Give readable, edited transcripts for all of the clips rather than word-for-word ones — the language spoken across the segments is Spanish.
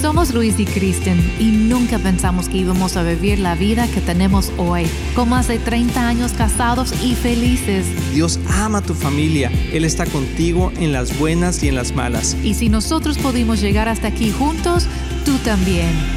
Somos Luis y Kristen y nunca pensamos que íbamos a vivir la vida que tenemos hoy, con más de 30 años casados y felices. Dios ama a tu familia. Él está contigo en las buenas y en las malas. Y si nosotros pudimos llegar hasta aquí juntos, tú también.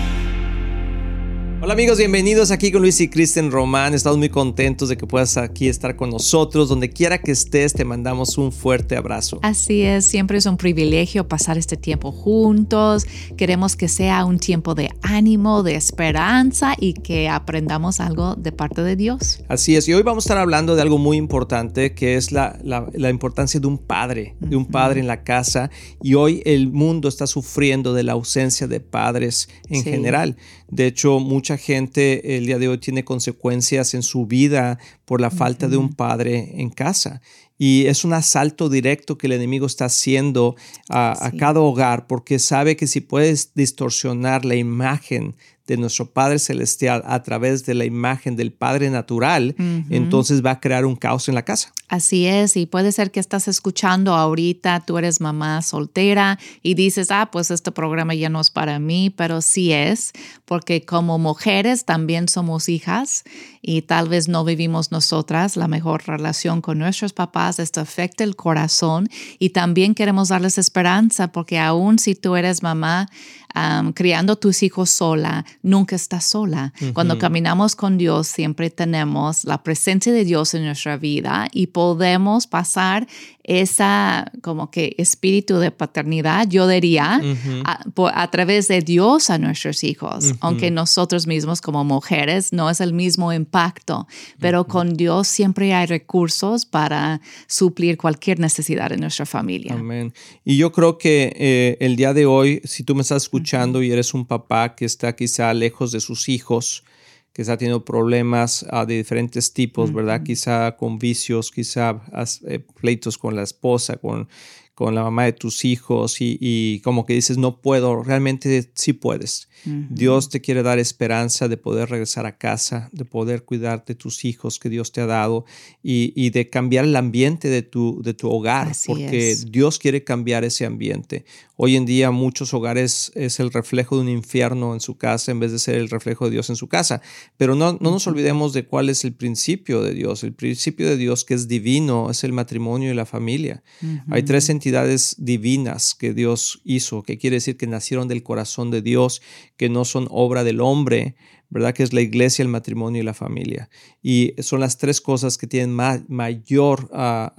Hola amigos, bienvenidos aquí con Luis y Kristen Román. Estamos muy contentos de que puedas aquí estar con nosotros. Donde quiera que estés, te mandamos un fuerte abrazo. Así es, siempre es un privilegio pasar este tiempo juntos. Queremos que sea un tiempo de ánimo, de esperanza y que aprendamos algo de parte de Dios. Así es, y hoy vamos a estar hablando de algo muy importante, que es la importancia de un padre en la casa. Y hoy el mundo está sufriendo de la ausencia de padres en general. De hecho, mucha gente el día de hoy tiene consecuencias en su vida por la falta de un padre en casa. Y es un asalto directo que el enemigo está haciendo a cada hogar, porque sabe que si puedes distorsionar la imagen de nuestro Padre Celestial a través de la imagen del Padre natural, entonces va a crear un caos en la casa. Así es, y puede ser que estás escuchando ahorita, tú eres mamá soltera y dices, pues este programa ya no es para mí, pero sí es, porque como mujeres también somos hijas y tal vez no vivimos nosotras la mejor relación con nuestros papás. Esto afecta el corazón y también queremos darles esperanza, porque aún si tú eres mamá, criando tus hijos sola, nunca estás sola. Cuando caminamos con Dios, siempre tenemos la presencia de Dios en nuestra vida y podemos pasar esa como que espíritu de paternidad, yo diría, a través de Dios a nuestros hijos, aunque nosotros mismos como mujeres no es el mismo impacto, pero con Dios siempre hay recursos para suplir cualquier necesidad en nuestra familia. Amén. Y yo creo que el día de hoy, si tú me estás escuchando y eres un papá que está quizá lejos de sus hijos, que está teniendo problemas de diferentes tipos, ¿verdad? Quizá con vicios, quizá pleitos con la esposa, con la mamá de tus hijos y como que dices, no puedo, realmente sí puedes. Dios te quiere dar esperanza de poder regresar a casa, de poder cuidar de tus hijos que Dios te ha dado y de cambiar el ambiente de tu hogar, porque Dios quiere cambiar ese ambiente. Hoy en día muchos hogares es el reflejo de un infierno en su casa en vez de ser el reflejo de Dios en su casa. Pero no nos olvidemos de cuál es el principio de Dios. El principio de Dios, que es divino, es el matrimonio y la familia. Hay tres entidades divinas que Dios hizo, que quiere decir que nacieron del corazón de Dios, que no son obra del hombre, ¿verdad? Que es la iglesia, el matrimonio y la familia. Y son las tres cosas que tienen mayor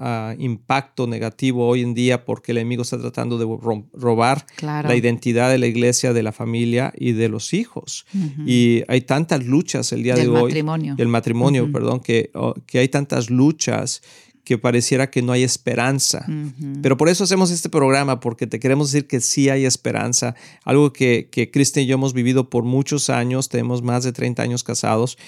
impacto negativo hoy en día, porque el enemigo está tratando de robar la identidad de la iglesia, de la familia y de los hijos. Y hay tantas luchas el día de hoy. Del matrimonio, perdón, que hay tantas luchas que pareciera que no hay esperanza. Pero por eso hacemos este programa, porque te queremos decir que sí hay esperanza. Algo que Kristen y yo hemos vivido por muchos años, tenemos más de 30 años casados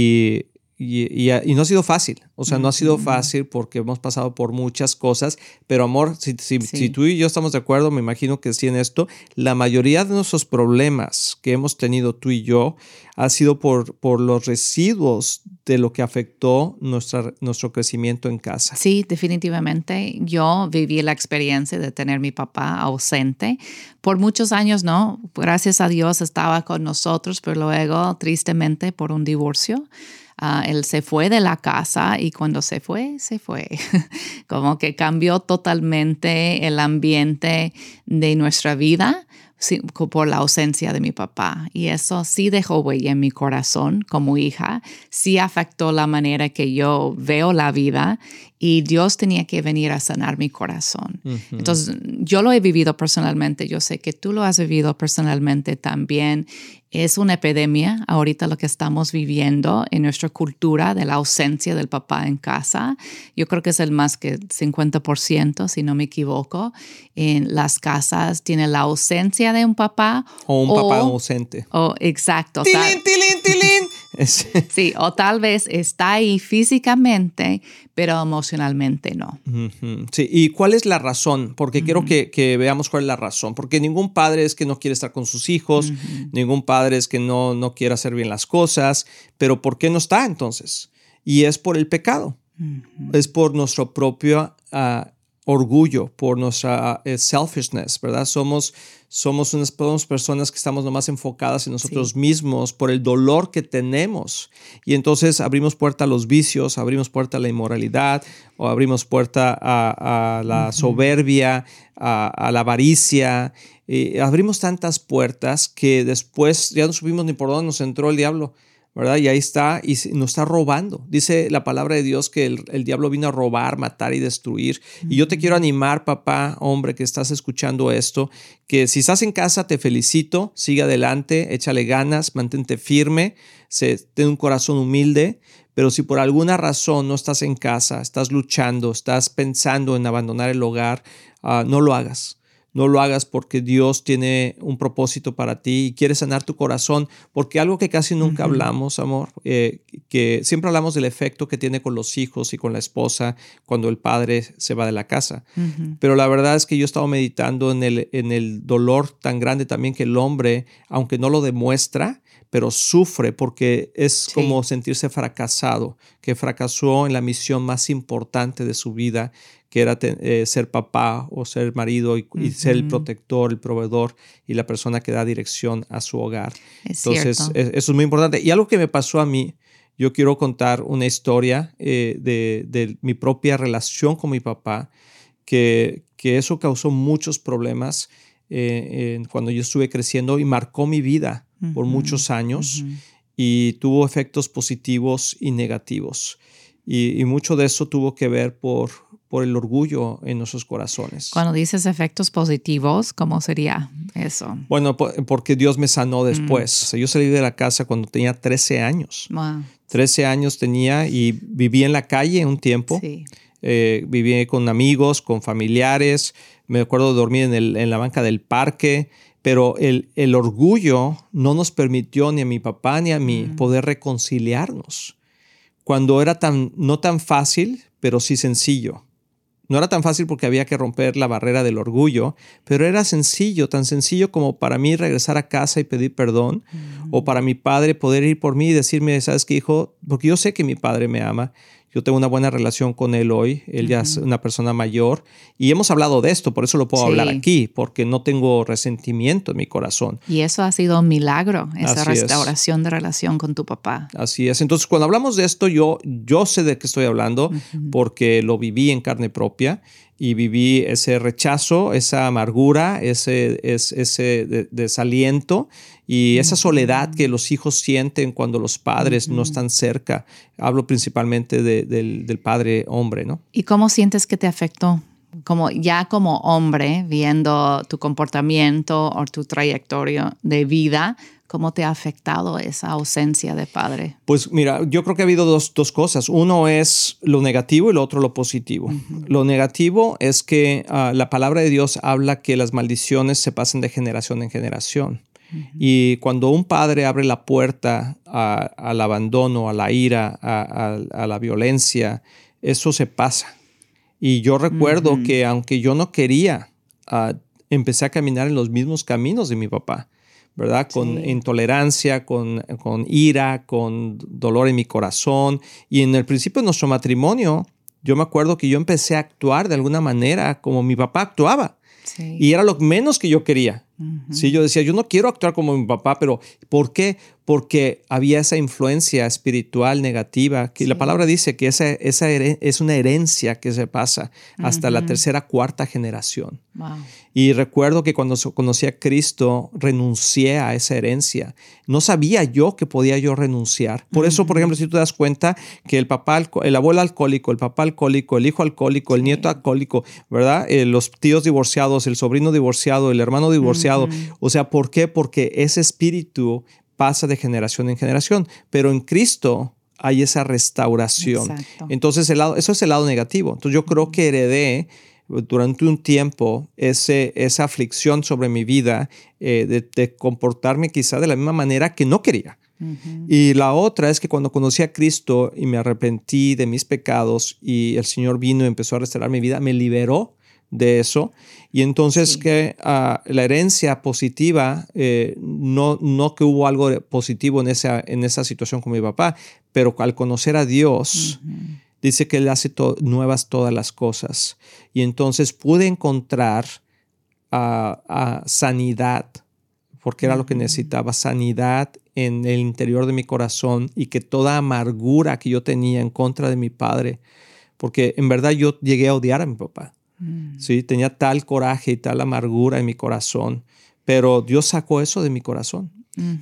y no ha sido fácil. O sea, no ha sido fácil porque hemos pasado por muchas cosas, pero amor, si tú y yo estamos de acuerdo, me imagino que sí en esto, la mayoría de nuestros problemas que hemos tenido tú y yo ha sido por los residuos de lo que afectó nuestro crecimiento en casa. Sí, definitivamente. Yo viví la experiencia de tener mi papá ausente. Por muchos años, no. Gracias a Dios estaba con nosotros, pero luego, tristemente, por un divorcio, él se fue de la casa y cuando se fue. Como que cambió totalmente el ambiente de nuestra vida por la ausencia de mi papá. Y eso sí dejó huella en mi corazón como hija. Sí afectó la manera que yo veo la vida y Dios tenía que venir a sanar mi corazón. Entonces, yo lo he vivido personalmente. Yo sé que tú lo has vivido personalmente también. Es una epidemia ahorita lo que estamos viviendo en nuestra cultura de la ausencia del papá en casa. Yo creo que es el más que 50%, si no me equivoco. En las casas tiene la ausencia de un papá. O un papá ausente. Exacto. ¡Tilín, tilín, tilín! Sí, o tal vez está ahí físicamente, pero emocionalmente no. Sí, ¿y cuál es la razón? Porque quiero que veamos cuál es la razón. Porque ningún padre es que no quiere estar con sus hijos, ningún padre es que no quiera hacer bien las cosas, pero ¿por qué no está entonces? Y es por el pecado. Es por nuestro propio orgullo, por nuestra selfishness, ¿verdad? Somos unas personas que estamos nomás enfocadas en nosotros mismos por el dolor que tenemos. Y entonces abrimos puerta a los vicios, abrimos puerta a la inmoralidad, o abrimos puerta a la soberbia, a la avaricia. Abrimos tantas puertas que después ya no supimos ni por dónde nos entró el diablo, ¿verdad? Y ahí está, y nos está robando. Dice la palabra de Dios que el diablo vino a robar, matar y destruir. Y yo te quiero animar, papá, hombre, que estás escuchando esto, que si estás en casa, te felicito, sigue adelante, échale ganas, mantente firme, ten un corazón humilde. Pero si por alguna razón no estás en casa, estás luchando, estás pensando en abandonar el hogar, no lo hagas. No lo hagas porque Dios tiene un propósito para ti y quiere sanar tu corazón, porque algo que casi nunca hablamos, amor, que siempre hablamos del efecto que tiene con los hijos y con la esposa cuando el padre se va de la casa. Pero la verdad es que yo he estado meditando en el dolor tan grande también que el hombre, aunque no lo demuestra, pero sufre porque es como sentirse fracasado, que fracasó en la misión más importante de su vida, que era ser papá o ser marido y ser el protector, el proveedor y la persona que da dirección a su hogar. Entonces, eso es muy importante. Y algo que me pasó a mí, yo quiero contar una historia de mi propia relación con mi papá, que eso causó muchos problemas cuando yo estuve creciendo y marcó mi vida por muchos años y tuvo efectos positivos y negativos. Y mucho de eso tuvo que ver por el orgullo en nuestros corazones. Cuando dices efectos positivos, ¿cómo sería eso? Bueno, porque Dios me sanó después. O sea, yo salí de la casa cuando tenía 13 años. Wow. 13 años tenía y viví en la calle un tiempo. Sí. Viví con amigos, con familiares. Me acuerdo de dormir en la banca del parque. Pero el orgullo no nos permitió ni a mi papá ni a mí poder reconciliarnos. Cuando era no tan fácil, pero sí sencillo. No era tan fácil porque había que romper la barrera del orgullo, pero era sencillo, tan sencillo como para mí regresar a casa y pedir perdón, o para mi padre poder ir por mí y decirme, ¿sabes qué, hijo? Porque yo sé que mi padre me ama. Yo tengo una buena relación con él hoy. Él ya es una persona mayor. Y hemos hablado de esto, por eso lo puedo hablar aquí, porque no tengo resentimiento en mi corazón. Y eso ha sido un milagro, esa restauración de relación con tu papá. Así es. Entonces, cuando hablamos de esto, yo sé de qué estoy hablando, porque lo viví en carne propia y viví ese rechazo, esa amargura, ese desaliento y esa soledad que los hijos sienten cuando los padres no están cerca. Hablo principalmente del padre hombre, ¿no? ¿Y cómo sientes que te afectó? Como hombre, viendo tu comportamiento o tu trayectoria de vida, ¿cómo te ha afectado esa ausencia de padre? Pues mira, yo creo que ha habido dos cosas. Uno es lo negativo y lo otro lo positivo. Lo negativo es que la palabra de Dios habla que las maldiciones se pasan de generación en generación. Y cuando un padre abre la puerta al abandono, a la ira, a la violencia, eso se pasa. Y yo recuerdo que aunque yo no quería, empecé a caminar en los mismos caminos de mi papá, ¿verdad? Con intolerancia, con ira, con dolor en mi corazón. Y en el principio de nuestro matrimonio, yo me acuerdo que yo empecé a actuar de alguna manera como mi papá actuaba. Sí. Y era lo menos que yo quería. Sí, yo decía, yo no quiero actuar como mi papá, pero ¿por qué? Porque había esa influencia espiritual negativa, que la palabra dice que esa es una herencia que se pasa hasta la tercera, cuarta generación. Wow. Y recuerdo que cuando conocí a Cristo, renuncié a esa herencia. No sabía yo que podía yo renunciar. Por eso, por ejemplo, si tú te das cuenta que el abuelo alcohólico, el papá alcohólico, el hijo alcohólico, el nieto alcohólico, ¿verdad? Los tíos divorciados, el sobrino divorciado, el hermano divorciado. O sea, ¿por qué? Porque ese espíritu pasa de generación en generación, pero en Cristo hay esa restauración. Exacto. Entonces, eso es el lado negativo. Entonces, yo creo que heredé durante un tiempo esa aflicción sobre mi vida de comportarme quizá de la misma manera que no quería. Y la otra es que cuando conocí a Cristo y me arrepentí de mis pecados y el Señor vino y empezó a restaurar mi vida, me liberó de eso. Y entonces que la herencia positiva, no que hubo algo positivo en esa situación con mi papá, pero al conocer a Dios, dice que Él hace nuevas todas las cosas. Y entonces pude encontrar sanidad, porque era lo que necesitaba, sanidad en el interior de mi corazón, y que toda amargura que yo tenía en contra de mi padre, porque en verdad yo llegué a odiar a mi papá. ¿Sí? Tenía tal coraje y tal amargura en mi corazón, pero Dios sacó eso de mi corazón.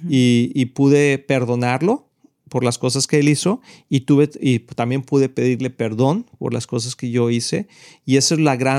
Y pude perdonarlo por las cosas que Él hizo, y también pude pedirle perdón por las cosas que yo hice, y eso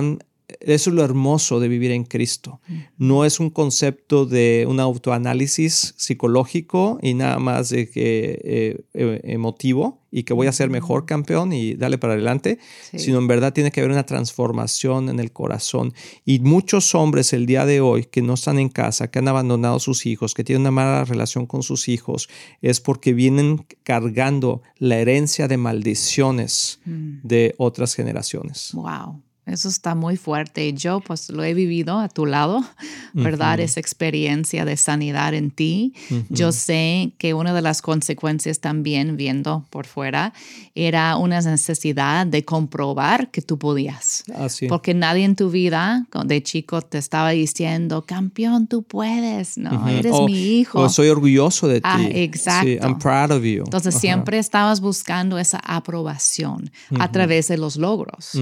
es lo hermoso de vivir en Cristo. No es un concepto de un autoanálisis psicológico y nada más de que emotivo y que voy a ser mejor campeón y dale para adelante, sino en verdad tiene que haber una transformación en el corazón. Y muchos hombres el día de hoy que no están en casa, que han abandonado a sus hijos, que tienen una mala relación con sus hijos, es porque vienen cargando la herencia de maldiciones de otras generaciones. Wow. Eso está muy fuerte. Yo pues lo he vivido a tu lado, ¿verdad? Esa experiencia de sanidad en ti. Yo sé que una de las consecuencias también, viendo por fuera, era una necesidad de comprobar que tú podías. Porque nadie en tu vida de chico te estaba diciendo, campeón, tú puedes, ¿no? Eres mi hijo. Soy orgulloso de ti. Exacto. Sí, I'm proud of you. Entonces siempre estabas buscando esa aprobación a través de los logros.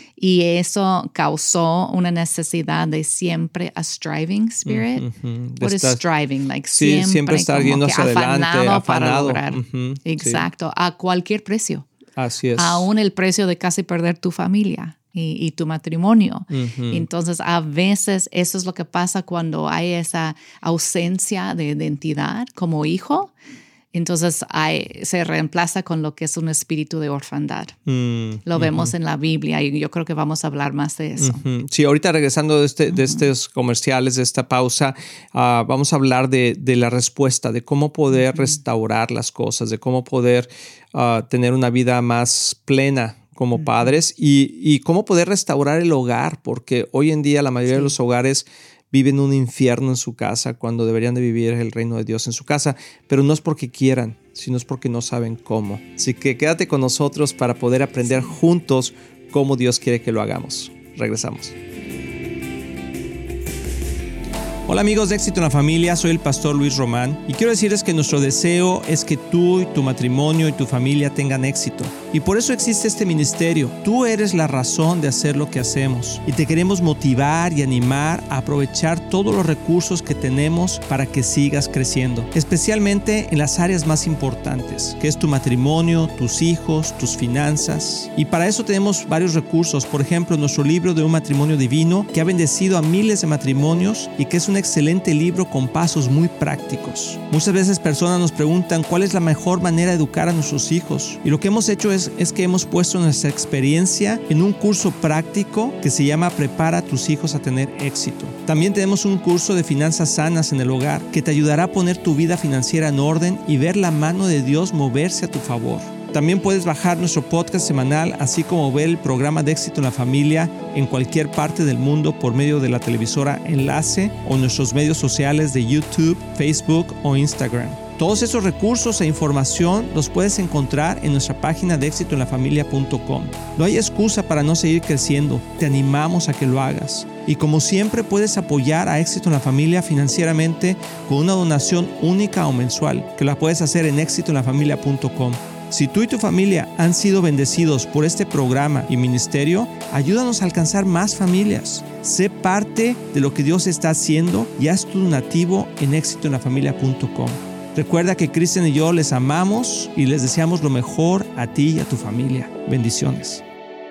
Y eso causó una necesidad de siempre a striving spirit. What is striving? Like siempre estar yendo hacia adelante, afanado para lograr. Exacto, a cualquier precio. Así es. Aún el precio de casi perder tu familia y tu matrimonio. Entonces, a veces eso es lo que pasa cuando hay esa ausencia de identidad como hijo. Entonces se reemplaza con lo que es un espíritu de orfandad. Lo vemos en la Biblia y yo creo que vamos a hablar más de eso. Sí, ahorita regresando de estos comerciales, de esta pausa, vamos a hablar de la respuesta, de cómo poder restaurar las cosas, de cómo poder tener una vida más plena como padres y cómo poder restaurar el hogar, porque hoy en día la mayoría de los hogares viven un infierno en su casa cuando deberían de vivir el reino de Dios en su casa, pero no es porque quieran, sino es porque no saben cómo. Así que quédate con nosotros para poder aprender juntos cómo Dios quiere que lo hagamos. Regresamos. Hola amigos de Éxito en la Familia, soy el pastor Luis Román y quiero decirles que nuestro deseo es que tú y tu matrimonio y tu familia tengan éxito. Y por eso existe este ministerio. Tú eres la razón de hacer lo que hacemos y te queremos motivar y animar a aprovechar todos los recursos que tenemos para que sigas creciendo, especialmente en las áreas más importantes, que es tu matrimonio, tus hijos, tus finanzas. Y para eso tenemos varios recursos, por ejemplo, nuestro libro de un matrimonio divino que ha bendecido a miles de matrimonios y que es un excelente libro con pasos muy prácticos. Muchas veces personas nos preguntan cuál es la mejor manera de educar a nuestros hijos y lo que hemos hecho es que hemos puesto nuestra experiencia en un curso práctico que se llama Prepara a tus hijos a tener éxito. También tenemos un curso de finanzas sanas en el hogar que te ayudará a poner tu vida financiera en orden y ver la mano de Dios moverse a tu favor. También puedes bajar nuestro podcast semanal, así como ver el programa de Éxito en la Familia en cualquier parte del mundo por medio de la televisora Enlace o nuestros medios sociales de YouTube, Facebook o Instagram. Todos esos recursos e información los puedes encontrar en nuestra página de exitoenlafamilia.com. No hay excusa para no seguir creciendo. Te animamos a que lo hagas. Y como siempre puedes apoyar a Éxito en la Familia financieramente con una donación única o mensual, que la puedes hacer en exitoenlafamilia.com. Si tú y tu familia han sido bendecidos por este programa y ministerio, ayúdanos a alcanzar más familias. Sé parte de lo que Dios está haciendo y haz tu donativo en exitoenlafamilia.com. Recuerda que Cristian y yo les amamos y les deseamos lo mejor a ti y a tu familia. Bendiciones.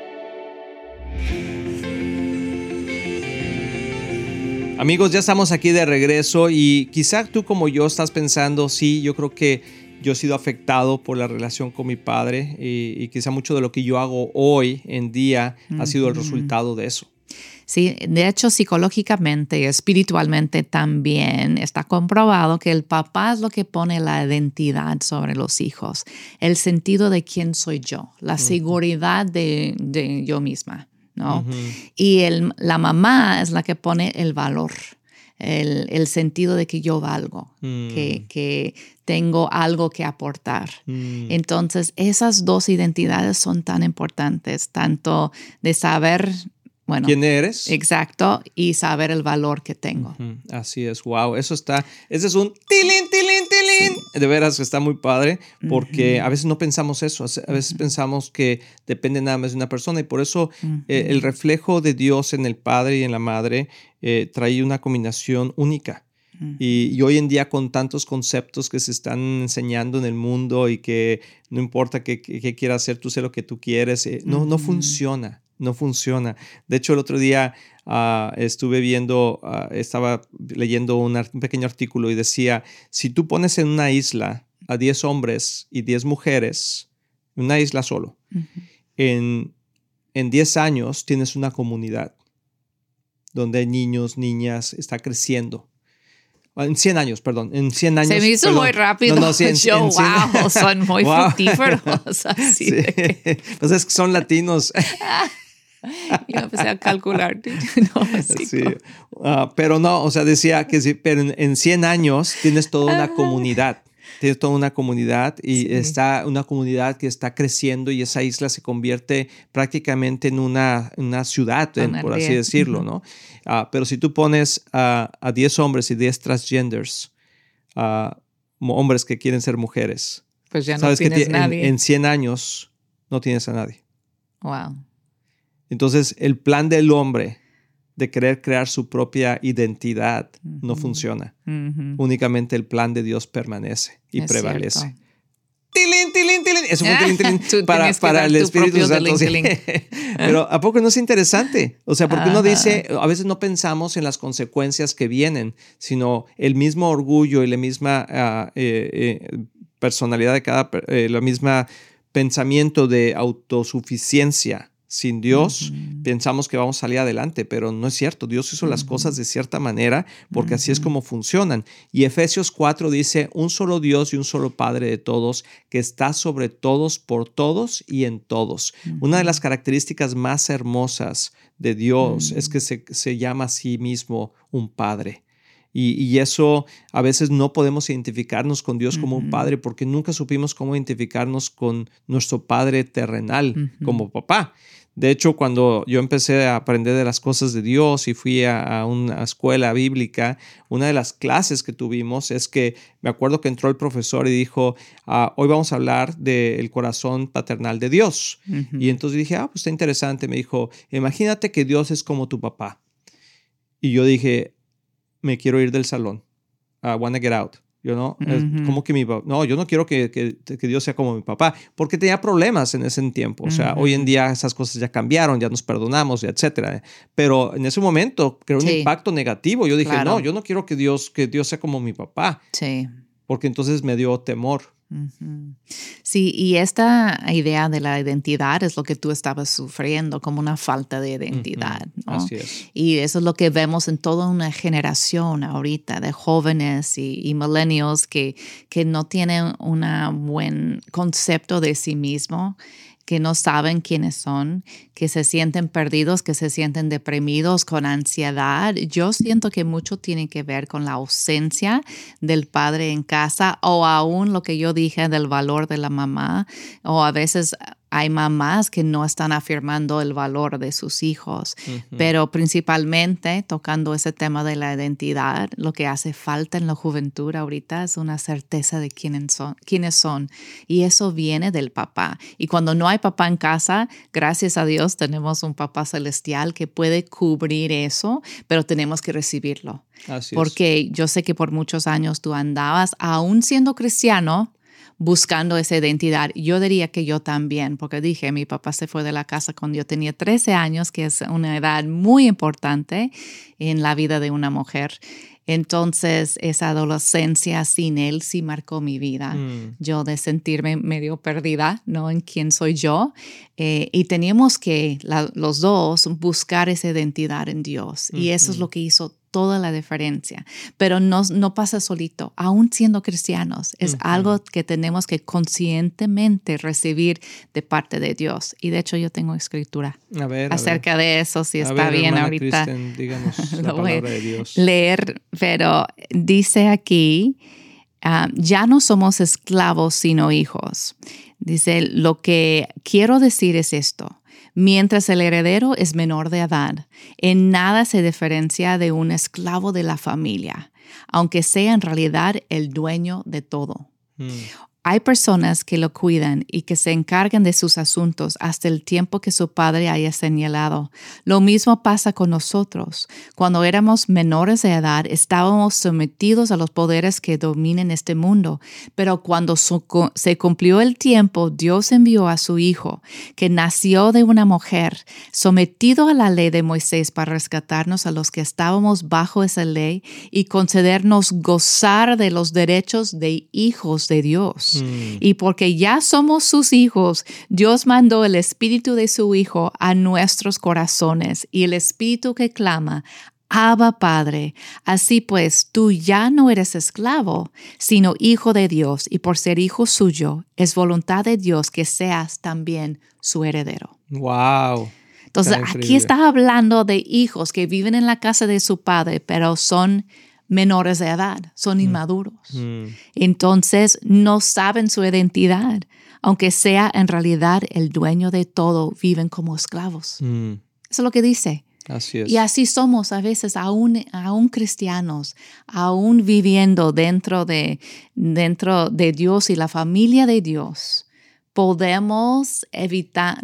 Amigos, ya estamos aquí de regreso y quizá tú como yo estás pensando, sí, yo creo que yo he sido afectado por la relación con mi padre y quizá mucho de lo que yo hago hoy en día ha sido el resultado de eso. Sí, de hecho, psicológicamente y espiritualmente también está comprobado que el papá es lo que pone la identidad sobre los hijos, el sentido de quién soy yo, la seguridad de yo misma, ¿no? Y la mamá es la que pone el valor. el sentido de que yo valgo, que tengo algo que aportar. Entonces, esas dos identidades son tan importantes, tanto de saber, bueno, ¿quién eres? Exacto, y saber el valor que tengo. Así es, wow, ese es un tilín, tilín, tilín. Sí. De veras está muy padre, porque a veces no pensamos eso, a veces pensamos que depende nada más de una persona, y por eso el reflejo de Dios en el Padre y en la Madre trae una combinación única. Y hoy en día, con tantos conceptos que se están enseñando en el mundo y que no importa qué quieras hacer, tú sé lo que tú quieres, no funciona. No funciona. De hecho, el otro día estaba leyendo un pequeño artículo y decía, si tú pones en una isla a 10 hombres y 10 mujeres, una isla solo, en 10 años tienes una comunidad donde hay niños, niñas, está creciendo. En 100 años, perdón. En 100 años. Se me hizo muy rápido. No, sí, wow, son muy fructíferos. Así sí. Pues es que son latinos. Yo empecé a calcular. Sí. Pero no, o sea, decía que sí, pero en 100 años tienes toda una comunidad. Tienes toda una comunidad y está una comunidad que está creciendo, y esa isla se convierte prácticamente en una ciudad, por así decirlo, ¿no? Pero si tú pones a 10 hombres y 10 transgenders, hombres que quieren ser mujeres, pues ya no tienes nadie. En 100 años no tienes a nadie. Wow. Entonces, el plan del hombre de querer crear su propia identidad no funciona. Únicamente el plan de Dios permanece y prevalece. Cierto. ¡Tilín, tilín, tilín! Eso fue un tilín, tilín para el Espíritu Santo. Pero ¿a poco no es interesante? O sea, porque uno dice, a veces no pensamos en las consecuencias que vienen, sino el mismo orgullo y la misma personalidad de cada, la misma pensamiento de autosuficiencia. Sin Dios, pensamos que vamos a salir adelante, pero no es cierto. Dios hizo las cosas de cierta manera porque así es como funcionan. Y Efesios 4 dice, un solo Dios y un solo Padre de todos, que está sobre todos, por todos y en todos. Una de las características más hermosas de Dios es que se llama a sí mismo un Padre. Y eso a veces no podemos identificarnos con Dios como un padre porque nunca supimos cómo identificarnos con nuestro padre terrenal como papá. De hecho, cuando yo empecé a aprender de las cosas de Dios y fui a una escuela bíblica, una de las clases que tuvimos es que me acuerdo que entró el profesor y dijo, hoy vamos a hablar del corazón paternal de Dios. Y entonces dije, pues está interesante. Me dijo, imagínate que Dios es como tu papá. Y yo dije, me quiero ir del salón. I wanna get out. ¿Cómo que mi papá? No, yo no quiero que Dios sea como mi papá, porque tenía problemas en ese tiempo. O sea, hoy en día esas cosas ya cambiaron, ya nos perdonamos, etc. Pero en ese momento creó un impacto negativo. Yo dije, no, yo no quiero que Dios sea como mi papá. Sí. Porque entonces me dio temor. Sí, y esta idea de la identidad es lo que tú estabas sufriendo, como una falta de identidad, ¿no? Así es. Y eso es lo que vemos en toda una generación ahorita de jóvenes y millennials que no tienen un buen concepto de sí mismo, que no saben quiénes son, que se sienten perdidos, que se sienten deprimidos, con ansiedad. Yo siento que mucho tiene que ver con la ausencia del padre en casa, o aún lo que yo dije del valor de la mamá, o a veces hay mamás que no están afirmando el valor de sus hijos, pero principalmente tocando ese tema de la identidad, lo que hace falta en la juventud ahorita es una certeza de quiénes son, y eso viene del papá. Y cuando no hay papá en casa, gracias a Dios tenemos un papá celestial que puede cubrir eso, pero tenemos que recibirlo. Así porque yo sé que por muchos años tú andabas, aún siendo cristiano, buscando esa identidad. Yo diría que yo también, porque dije, mi papá se fue de la casa cuando yo tenía 13 años, que es una edad muy importante en la vida de una mujer. Entonces, esa adolescencia sin él sí marcó mi vida. Yo de sentirme medio perdida, ¿no? En quién soy yo. Y teníamos que, los dos, buscar esa identidad en Dios. Y eso es lo que hizo toda la diferencia. Pero no pasa solito. Aún siendo cristianos, es algo que tenemos que conscientemente recibir de parte de Dios. Y de hecho yo tengo escritura acerca de eso, si está bien ahorita. Kristen, díganos la palabra de Dios. Leer, pero dice aquí, ya no somos esclavos sino hijos. Dice, lo que quiero decir es esto. Mientras el heredero es menor de edad, en nada se diferencia de un esclavo de la familia, aunque sea en realidad el dueño de todo. Hay personas que lo cuidan y que se encargan de sus asuntos hasta el tiempo que su padre haya señalado. Lo mismo pasa con nosotros. Cuando éramos menores de edad, estábamos sometidos a los poderes que dominan este mundo. Pero cuando se cumplió el tiempo, Dios envió a su Hijo, que nació de una mujer, sometido a la ley de Moisés para rescatarnos a los que estábamos bajo esa ley y concedernos gozar de los derechos de hijos de Dios. Y porque ya somos sus hijos, Dios mandó el Espíritu de su Hijo a nuestros corazones y el Espíritu que clama, Abba Padre. Así pues, tú ya no eres esclavo, sino hijo de Dios, y por ser hijo suyo, es voluntad de Dios que seas también su heredero. ¡Wow! Entonces, aquí está hablando de hijos que viven en la casa de su padre, pero son menores de edad, son inmaduros. Entonces, no saben su identidad. Aunque sea en realidad el dueño de todo, viven como esclavos. Eso es lo que dice. Así es. Y así somos a veces, aún cristianos, aún viviendo dentro de Dios y la familia de Dios. Podemos evitar,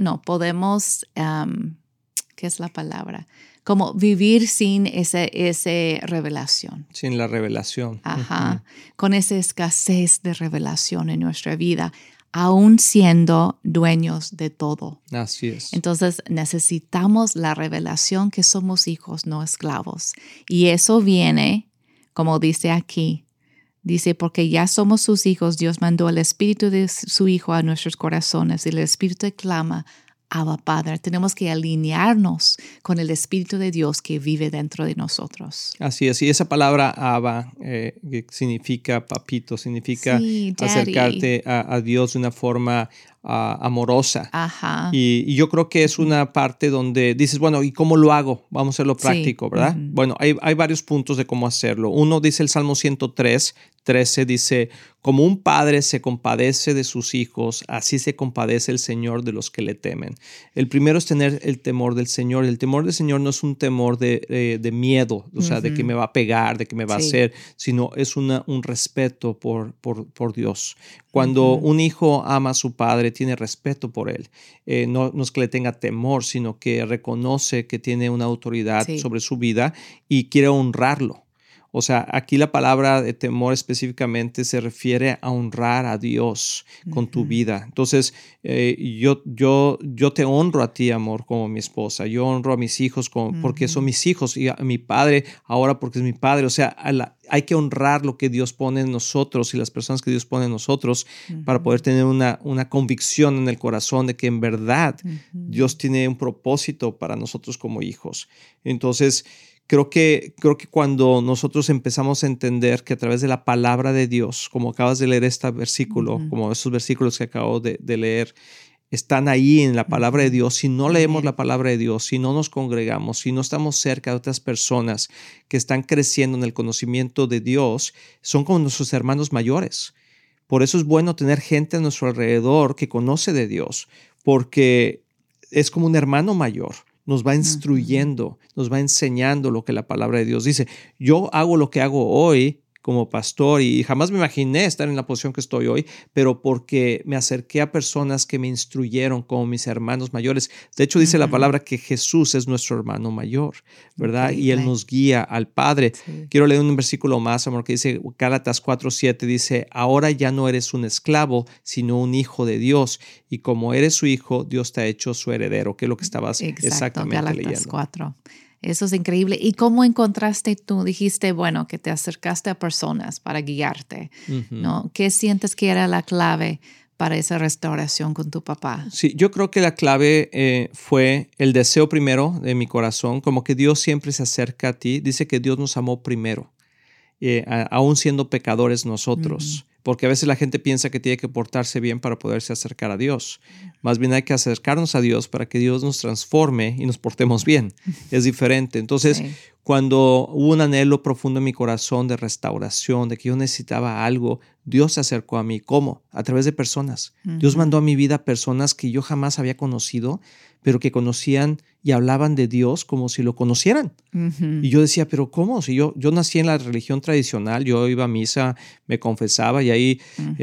¿qué es la palabra? Como vivir sin esa revelación. Sin la revelación. Ajá. Con esa escasez de revelación en nuestra vida, aún siendo dueños de todo. Así es. Entonces necesitamos la revelación que somos hijos, no esclavos. Y eso viene, como dice aquí, dice, porque ya somos sus hijos, Dios mandó el Espíritu de su Hijo a nuestros corazones y el Espíritu clama, Abba Padre. Tenemos que alinearnos con el Espíritu de Dios que vive dentro de nosotros. Así es. Y esa palabra Abba que significa papito, significa acercarte a Dios de una forma amorosa. Ajá. Y yo creo que es una parte donde dices, bueno, ¿y cómo lo hago? Vamos a hacerlo práctico, ¿verdad? Bueno, hay varios puntos de cómo hacerlo. Uno dice el Salmo 103:13, dice, como un padre se compadece de sus hijos, así se compadece el Señor de los que le temen. El primero es tener el temor del Señor. El temor del Señor no es un temor de miedo, o sea, de que me va a pegar, de que me va a hacer, sino es un respeto por Dios. Cuando un hijo ama a su padre, tiene respeto por él. No es que le tenga temor, sino que reconoce que tiene una autoridad sobre su vida y quiere honrarlo. O sea, aquí la palabra de temor específicamente se refiere a honrar a Dios con tu vida. Entonces, yo te honro a ti, amor, como mi esposa. Yo honro a mis hijos porque son mis hijos y a mi padre ahora porque es mi padre. O sea, hay que honrar lo que Dios pone en nosotros y las personas que Dios pone en nosotros para poder tener una convicción en el corazón de que en verdad Dios tiene un propósito para nosotros como hijos. Entonces, Creo que cuando nosotros empezamos a entender que a través de la palabra de Dios, como acabas de leer este versículo, como esos versículos que acabo de leer, están ahí en la palabra de Dios. Si no leemos la palabra de Dios, si no nos congregamos, si no estamos cerca de otras personas que están creciendo en el conocimiento de Dios, son como nuestros hermanos mayores. Por eso es bueno tener gente a nuestro alrededor que conoce de Dios, porque es como un hermano mayor. Nos va instruyendo, nos va enseñando lo que la palabra de Dios dice. Yo hago lo que hago hoy como pastor y jamás me imaginé estar en la posición que estoy hoy, pero porque me acerqué a personas que me instruyeron como mis hermanos mayores. De hecho, dice la palabra que Jesús es nuestro hermano mayor, ¿verdad? Increíble. Y Él nos guía al Padre. Sí. Quiero leer un versículo más, amor, que dice Gálatas 4:7, dice, ahora ya no eres un esclavo, sino un hijo de Dios. Y como eres su hijo, Dios te ha hecho su heredero, que es lo que estabas exactamente Gálatas leyendo. 4. Eso es increíble. ¿Y cómo encontraste tú? Dijiste, bueno, que te acercaste a personas para guiarte, ¿no? ¿Qué sientes que era la clave para esa restauración con tu papá? Sí, yo creo que la clave fue el deseo primero de mi corazón, como que Dios siempre se acerca a ti. Dice que Dios nos amó primero, aún siendo pecadores nosotros. Porque a veces la gente piensa que tiene que portarse bien para poderse acercar a Dios. Más bien hay que acercarnos a Dios para que Dios nos transforme y nos portemos bien. Es diferente. Entonces, cuando hubo un anhelo profundo en mi corazón de restauración, de que yo necesitaba algo, Dios se acercó a mí. ¿Cómo? A través de personas. Dios mandó a mi vida personas que yo jamás había conocido, pero que conocían y hablaban de Dios como si lo conocieran. Y yo decía, ¿pero cómo? Si yo nací en la religión tradicional, yo iba a misa, me confesaba y ahí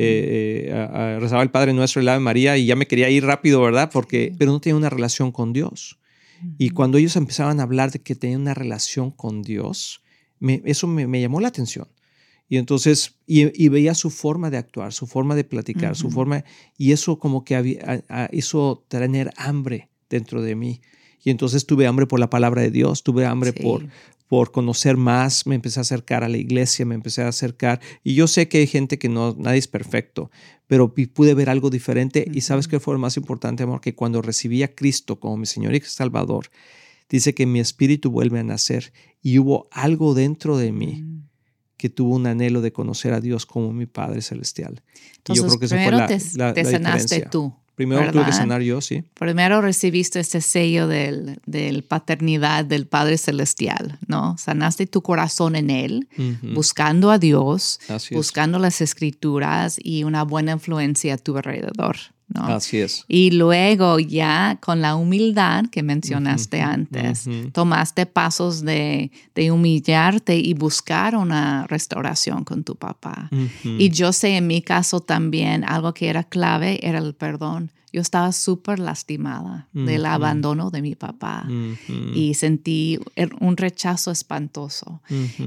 rezaba el Padre Nuestro y la Ave María y ya me quería ir rápido, ¿verdad? Pero no tenía una relación con Dios. Y cuando ellos empezaban a hablar de que tenían una relación con Dios, eso me llamó la atención. Y entonces, y veía su forma de actuar, su forma de platicar, su forma, y eso como que hizo tener hambre dentro de mí. Y entonces tuve hambre por la palabra de Dios, tuve hambre por conocer más, me empecé a acercar a la iglesia, me empecé a acercar. Y yo sé que hay gente que nadie es perfecto, pero pude ver algo diferente. Y ¿sabes qué fue lo más importante, amor? Que cuando recibí a Cristo como mi Señor y Salvador, dice que mi espíritu vuelve a nacer y hubo algo dentro de mí que tuvo un anhelo de conocer a Dios como mi Padre Celestial. Entonces, y yo creo que primero esa fue te sanaste diferencia. tú. Primero ¿verdad? tuve que sanar yo, sí. Primero recibiste este sello del paternidad del Padre Celestial, ¿no? Sanaste tu corazón en Él, buscando a Dios, buscando las Escrituras y una buena influencia a tu alrededor, ¿no? Así es. Y luego ya con la humildad que mencionaste antes, tomaste pasos de humillarte y buscar una restauración con tu papá. Y yo sé en mi caso también algo que era clave era el perdón. Yo estaba súper lastimada del abandono de mi papá y sentí un rechazo espantoso.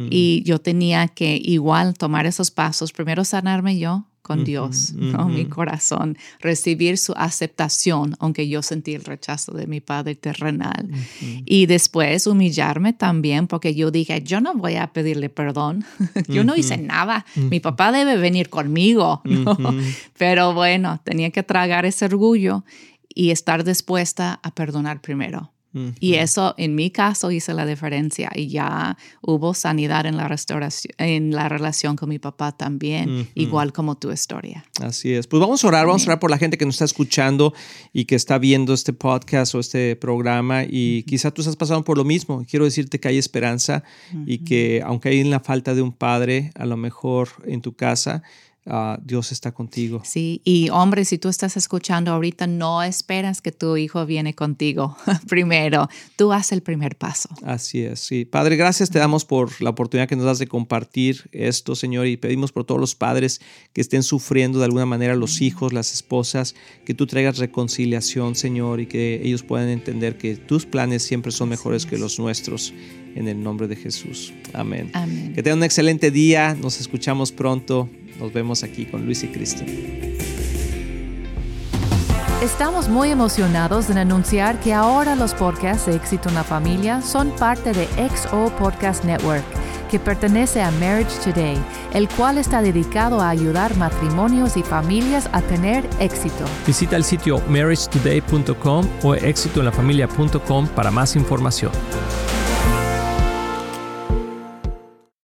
Y yo tenía que igual tomar esos pasos, primero sanarme yo con Dios, ¿no? Mi corazón, recibir su aceptación, aunque yo sentí el rechazo de mi padre terrenal. Y después humillarme también, porque yo dije, yo no voy a pedirle perdón, yo no hice nada, mi papá debe venir conmigo, ¿no? Pero bueno, tenía que tragar ese orgullo y estar dispuesta a perdonar primero. Y eso, en mi caso, hizo la diferencia. Y ya hubo sanidad en la restauración, en la relación con mi papá también, igual como tu historia. Así es. Pues vamos a orar por la gente que nos está escuchando y que está viendo este podcast o este programa y quizá tú estás pasando por lo mismo. Quiero decirte que hay esperanza y que aunque hay la falta de un padre, a lo mejor en tu casa, Dios está contigo. Sí, y hombre, si tú estás escuchando ahorita, no esperas que tu hijo viene contigo primero. Tú haz el primer paso. Así es, sí. Padre, gracias te damos por la oportunidad que nos das de compartir esto, Señor, y pedimos por todos los padres que estén sufriendo de alguna manera, los hijos, las esposas, que tú traigas reconciliación, Señor, y que ellos puedan entender que tus planes siempre son mejores que los nuestros. En el nombre de Jesús. Amén. Amén. Que tengan un excelente día. Nos escuchamos pronto. Nos vemos aquí con Luis y Cristian. Estamos muy emocionados en anunciar que ahora los podcasts de Éxito en la Familia son parte de XO Podcast Network, que pertenece a Marriage Today, el cual está dedicado a ayudar matrimonios y familias a tener éxito. Visita el sitio marriagetoday.com o exitoenlafamilia.com para más información.